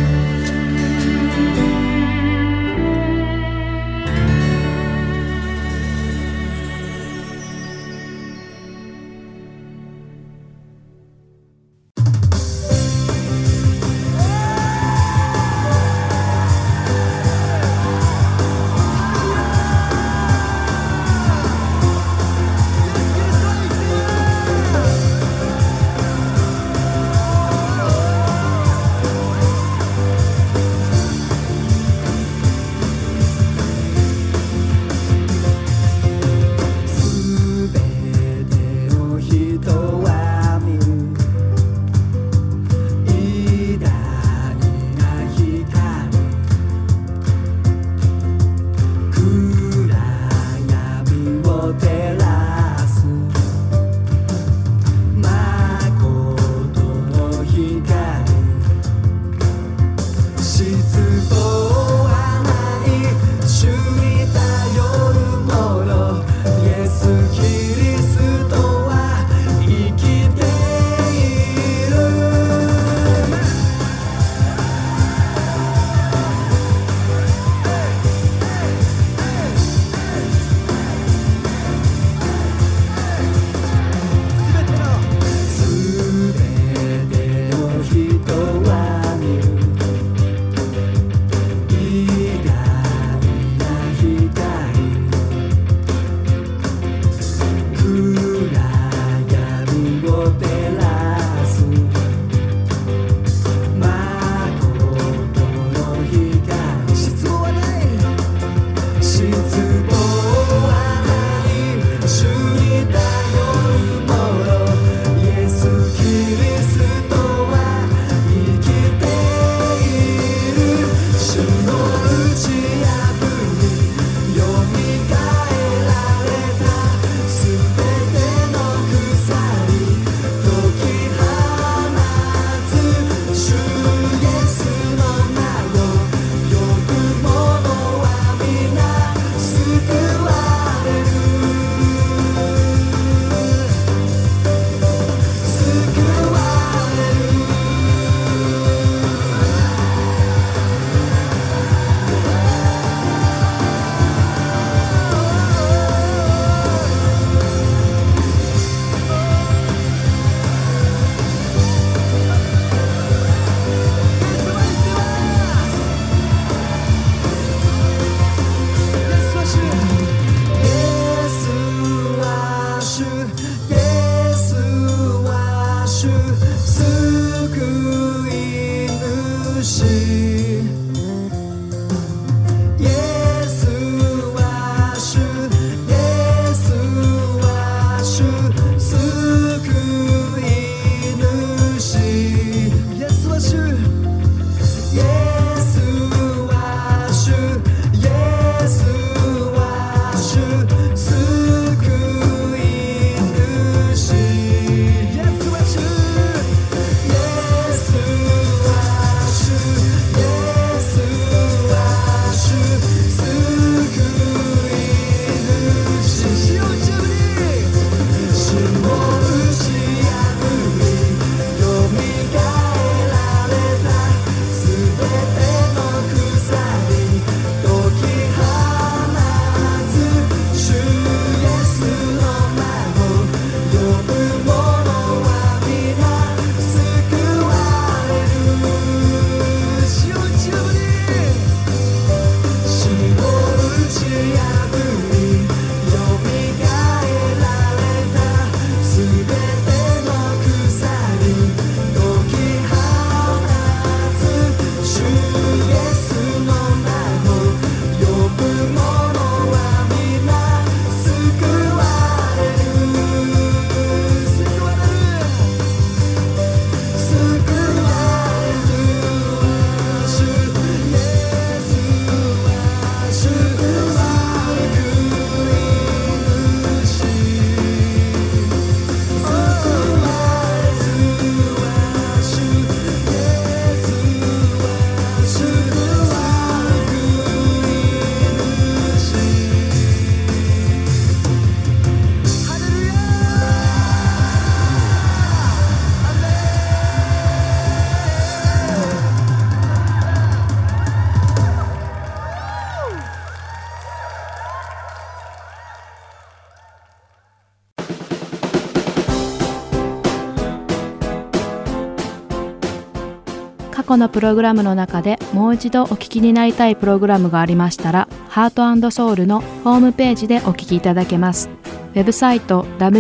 このプログラムの中でもう一度お聞きになりたいプログラムがありましたら、ハート&ソウルのホームページでお聞きいただけます。ウェブサイト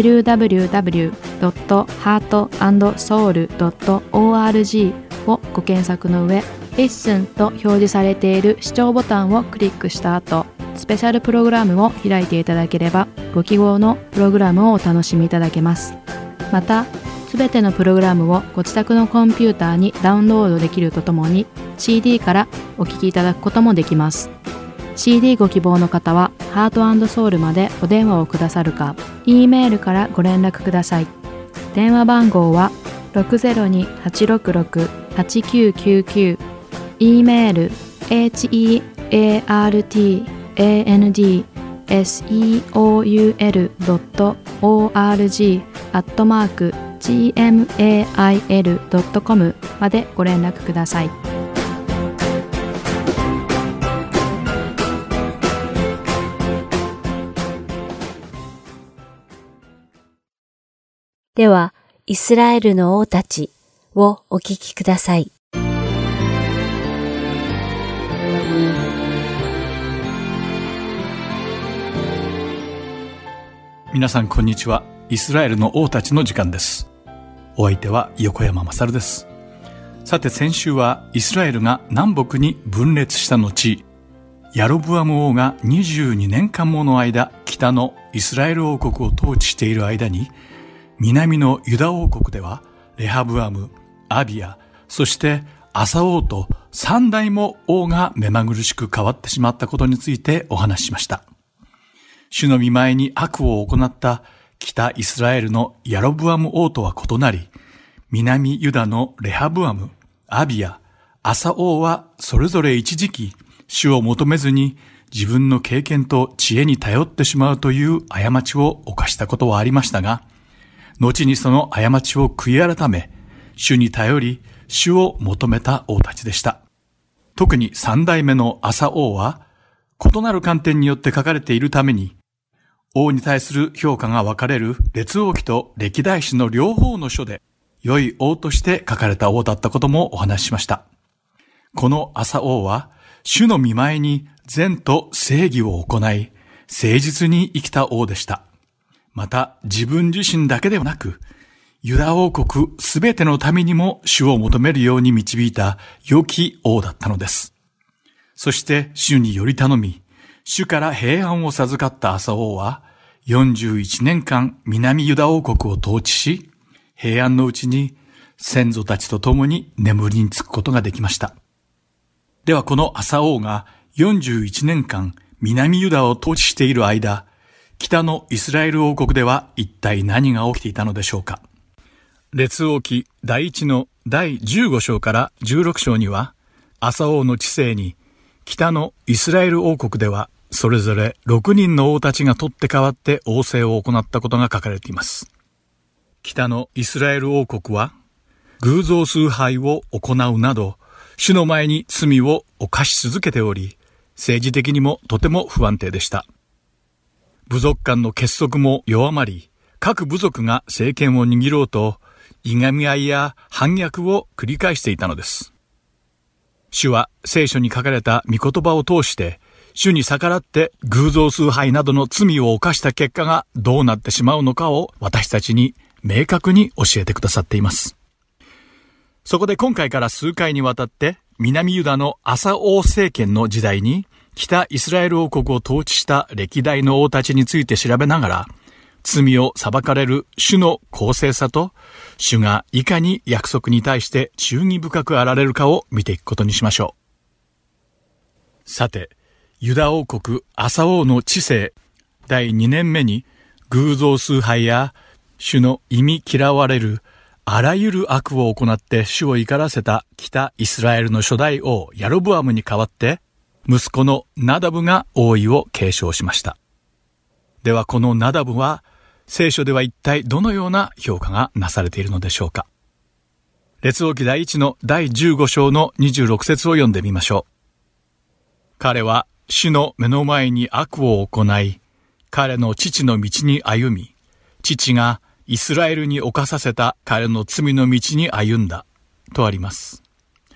www.heartandsoul.org をご検索の上、Listen と表示されている視聴ボタンをクリックした後、スペシャルプログラムを開いていただければ、ご記号のプログラムをお楽しみいただけます。また、すべてのプログラムをご自宅のコンピューターにダウンロードできるとともに、CD からお聞きいただくこともできます。CD ご希望の方は、ハート&ソウルまでお電話をくださるか、E メールからご連絡ください。電話番号は 602-866-8999、E メール heartandsoul.org@gmail.com までご連絡ください。 では、イスラエルの王たちをお聞きください。 皆さんこんにちは。イスラエルの王たちの時間です。お相手は横山勝です。さて先週はイスラエルが南北に分裂した後、ヤロブアム王が22年間もの間北のイスラエル王国を統治している間に、南のユダ王国ではレハブアム、アビア、そしてアサ王と3代も王が目まぐるしく変わってしまったことについてお話ししました。主の御前に悪を行った北イスラエルのヤロブアム王とは異なり、南ユダのレハブアム、アビア、アサ王はそれぞれ一時期主を求めずに自分の経験と知恵に頼ってしまうという過ちを犯したことはありましたが、後にその過ちを悔い改め、主に頼り、主を求めた王たちでした。特に3代目のアサ王は、異なる観点によって書かれているために、王に対する評価が分かれる列王記と歴代史の両方の書で、良い王として書かれた王だったこともお話ししました。このアサ王は、主の御前に善と正義を行い、誠実に生きた王でした。また自分自身だけではなく、ユダ王国すべての民にも主を求めるように導いた良き王だったのです。そして主により頼み、主から平安を授かったアサ王は、41年間南ユダ王国を統治し、平安のうちに先祖たちと共に眠りにつくことができました。ではこのアサ王が41年間南ユダを統治している間、北のイスラエル王国では一体何が起きていたのでしょうか。列王記第1の第15章から16章には、アサ王の治世に北のイスラエル王国ではそれぞれ6人の王たちが取って代わって王政を行ったことが書かれています。北のイスラエル王国は偶像崇拝を行うなど、主の前に罪を犯し続けており、政治的にもとても不安定でした。部族間の結束も弱まり、各部族が政権を握ろうと、いがみ合いや反逆を繰り返していたのです。主は聖書に書かれた御言葉を通して、主に逆らって偶像崇拝などの罪を犯した結果がどうなってしまうのかを私たちに明確に教えてくださっています。そこで今回から数回にわたって、南ユダのアサ王政権の時代に、北イスラエル王国を統治した歴代の王たちについて調べながら、罪を裁かれる主の公正さと、主がいかに約束に対して忠義深くあられるかを見ていくことにしましょう。さて、ユダ王国アサ王の治世第2年目に、偶像崇拝や主の忌み嫌われるあらゆる悪を行って主を怒らせた北イスラエルの初代王ヤロブアムに代わって、息子のナダブが王位を継承しました。ではこのナダブは聖書では一体どのような評価がなされているのでしょうか。列王記第1の第15章の26節を読んでみましょう。彼は主の目の前に悪を行い、彼の父の道に歩み、父がイスラエルに犯させた彼の罪の道に歩んだとあります。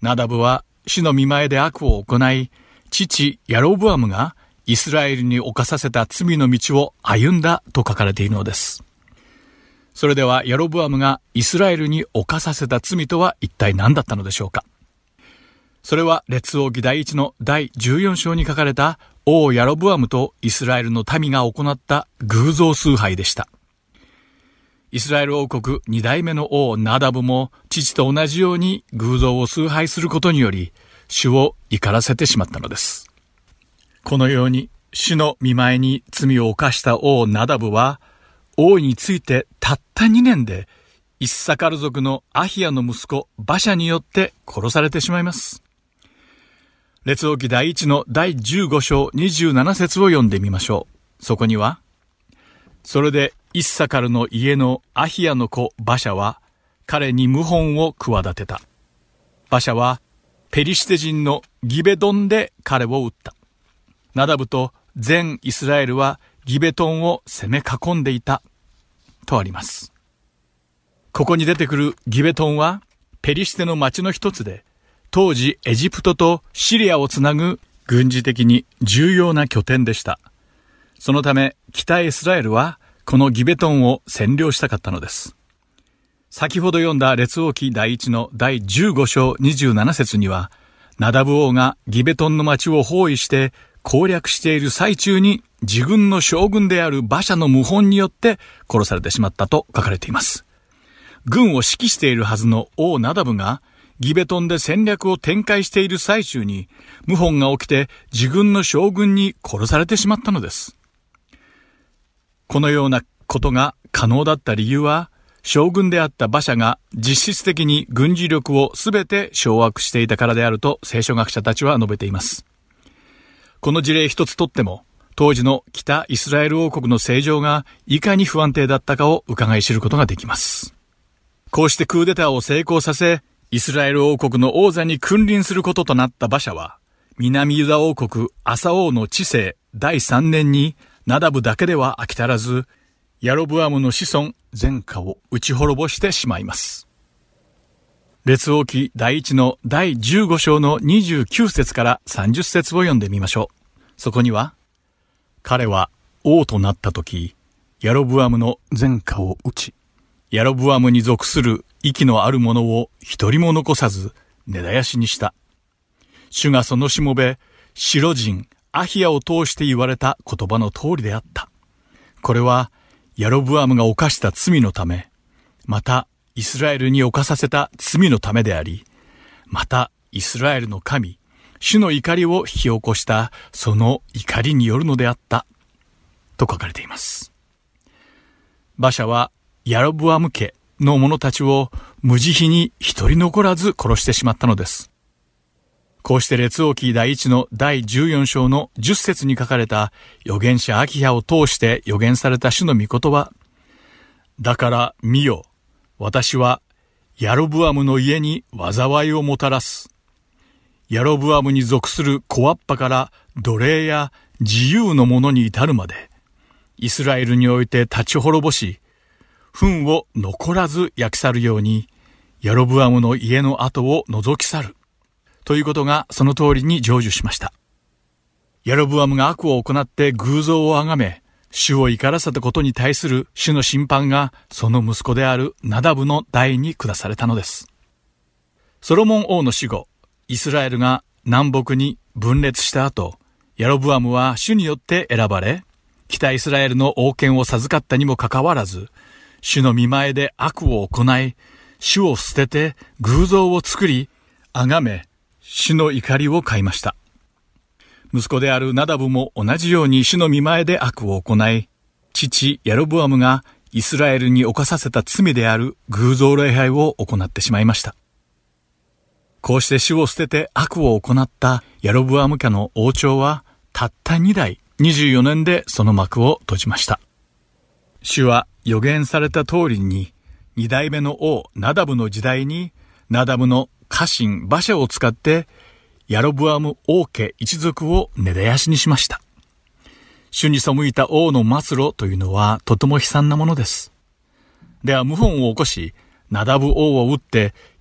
ナダブは主の御前で悪を行い、父ヤロブアムがイスラエルに犯させた罪の道を歩んだと書かれているのです。それではヤロブアムがイスラエルに犯させた罪とは一体何だったのでしょうか。それは列王記第1の第14章に書かれた王ヤロブアムとイスラエルの民が行った偶像崇拝でした。イスラエル王国2代目の王ナダブも父と同じように偶像を崇拝することにより主を怒らせてしまったのです。このように主の御前に罪を犯した王ナダブは王位についてたった2年でイッサカル族のアヒヤの息子バシャによって殺されてしまいます。列王記第1の第15章27節を読んでみましょう。そこには、それでイッサカルの家のアヒヤの子バシャは彼に謀反を企てた。バシャはペリシテ人のギベドンで彼を撃った。ナダブと全イスラエルはギベトンを攻め囲んでいたとあります。ここに出てくるギベトンはペリシテの町の一つで、当時エジプトとシリアをつなぐ軍事的に重要な拠点でした。そのため北イスラエルはこのギベトンを占領したかったのです。先ほど読んだ列王記第1の第15章27節には、ナダブ王がギベトンの町を包囲して攻略している最中に自軍の将軍であるバシャの謀反によって殺されてしまったと書かれています。軍を指揮しているはずの王ナダブがギベトンで戦略を展開している最中に謀反が起きて自軍の将軍に殺されてしまったのです。このようなことが可能だった理由は、将軍であったバシャが実質的に軍事力をすべて掌握していたからであると聖書学者たちは述べています。この事例一つとっても、当時の北イスラエル王国の政情がいかに不安定だったかを伺い知ることができます。こうしてクーデターを成功させ、イスラエル王国の王座に君臨することとなったバシャは、南ユダ王国アサ王の治世第3年にナダブだけでは飽き足らず、ヤロブアムの子孫全家を打ち滅ぼしてしまいます。列王記第1の第15章の29節から30節を読んでみましょう。そこには、彼は王となった時、ヤロブアムの全家を打ち、ヤロブアムに属する息のある者を一人も残さず根絶やしにした。主がそのしもべ、シロ人アヒヤを通して言われた言葉の通りであった。これはヤロブアムが犯した罪のため、またイスラエルに犯させた罪のためであり、またイスラエルの神、主の怒りを引き起こしたその怒りによるのであった、と書かれています。バシャはヤロブアム家の者たちを無慈悲に一人残らず殺してしまったのです。こうして列王記第1の第14章の10節に書かれた預言者アキヤを通して預言された主の御言葉。だから見よ、私はヤロブアムの家に災いをもたらす。ヤロブアムに属する小わっぱから奴隷や自由の者に至るまで、イスラエルにおいて立ち滅ぼし、糞を残らず焼き去るように、ヤロブアムの家の跡を除き去る。ということがその通りに成就しました。ヤロブアムが悪を行って偶像を崇め、主を怒らせたことに対する主の審判がその息子であるナダブの代に下されたのです。ソロモン王の死後、イスラエルが南北に分裂した後、ヤロブアムは主によって選ばれ、北イスラエルの王権を授かったにもかかわらず、主の御前で悪を行い、主を捨てて偶像を作り、崇め、主の怒りを買いました。息子であるナダブも同じように主の御前で悪を行い、父ヤロブアムがイスラエルに犯させた罪である偶像礼拝を行ってしまいました。こうして主を捨てて悪を行ったヤロブアム家の王朝はたった2代24年でその幕を閉じました。主は予言された通りに2代目の王ナダブの時代にナダブの家臣バシャを使ってヤロブアム王家一族を根絶やしにしました。主に背いた王の末路というのはとても悲惨なものです。では謀反を起こしナダブ王を撃って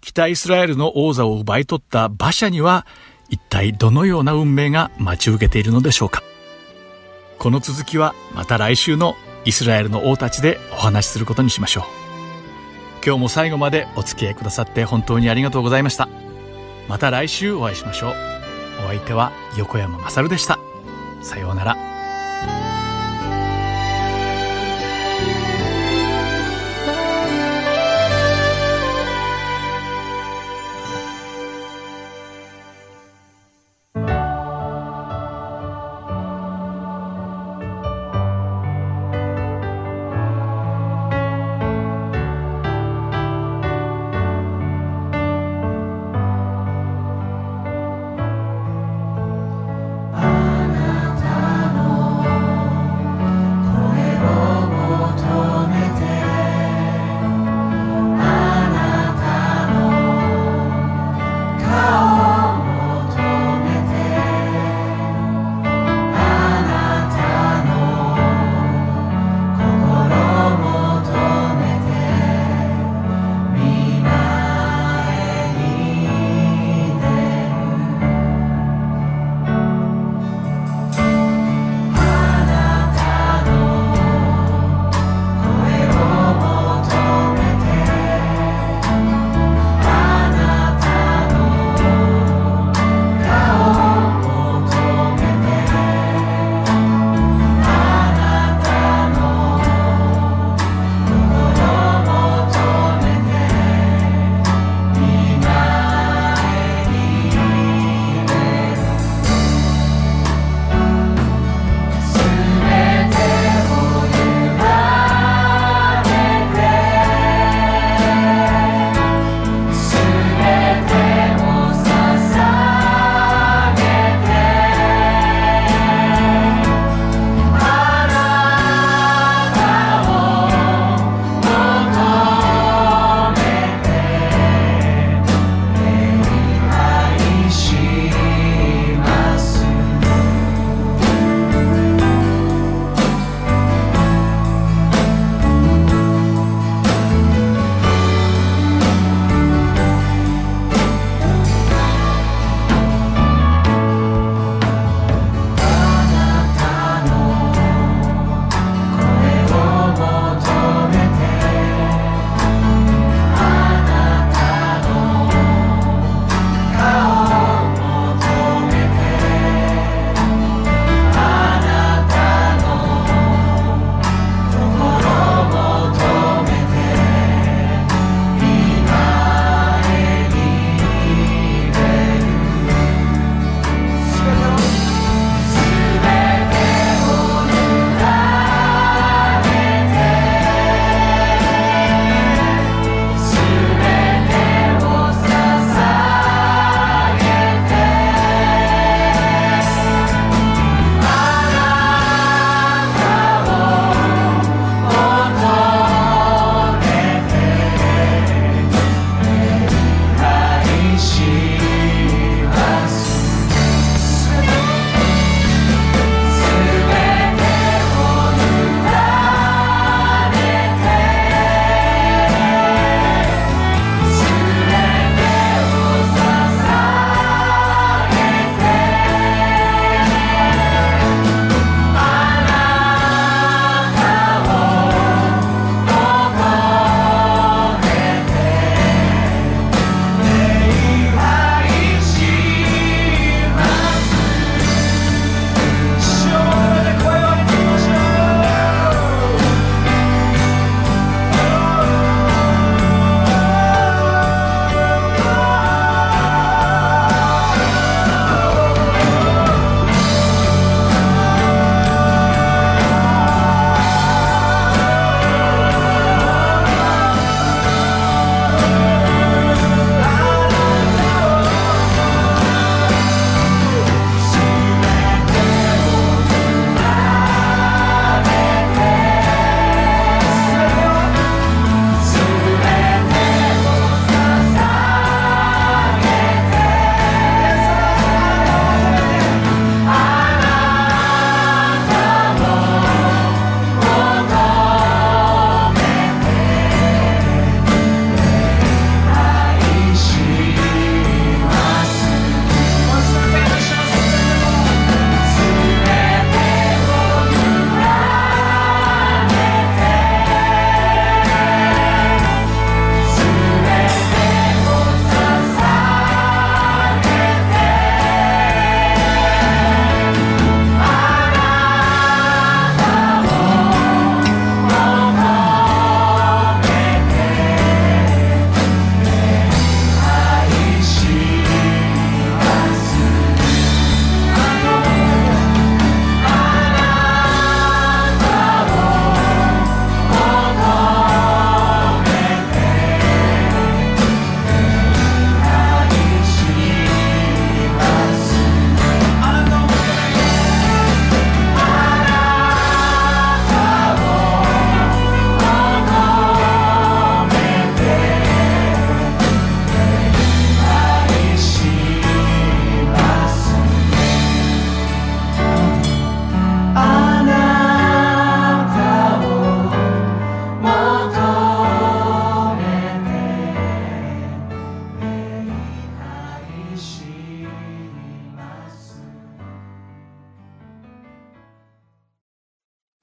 北イスラエルの王座を奪い取った馬車には一体どのような運命が待ち受けているのでしょうか。この続きはまた来週のイスラエルの王たちでお話しすることにしましょう。今日も最後までお付き合いくださって本当にありがとうございました。また来週お会いしましょう。お相手は横山まさるでした。さようなら。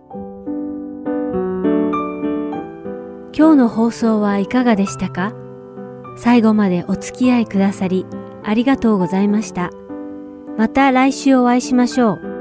今日の放送はいかがでしたか？最後までお付き合いくださりありがとうございました。また来週お会いしましょう。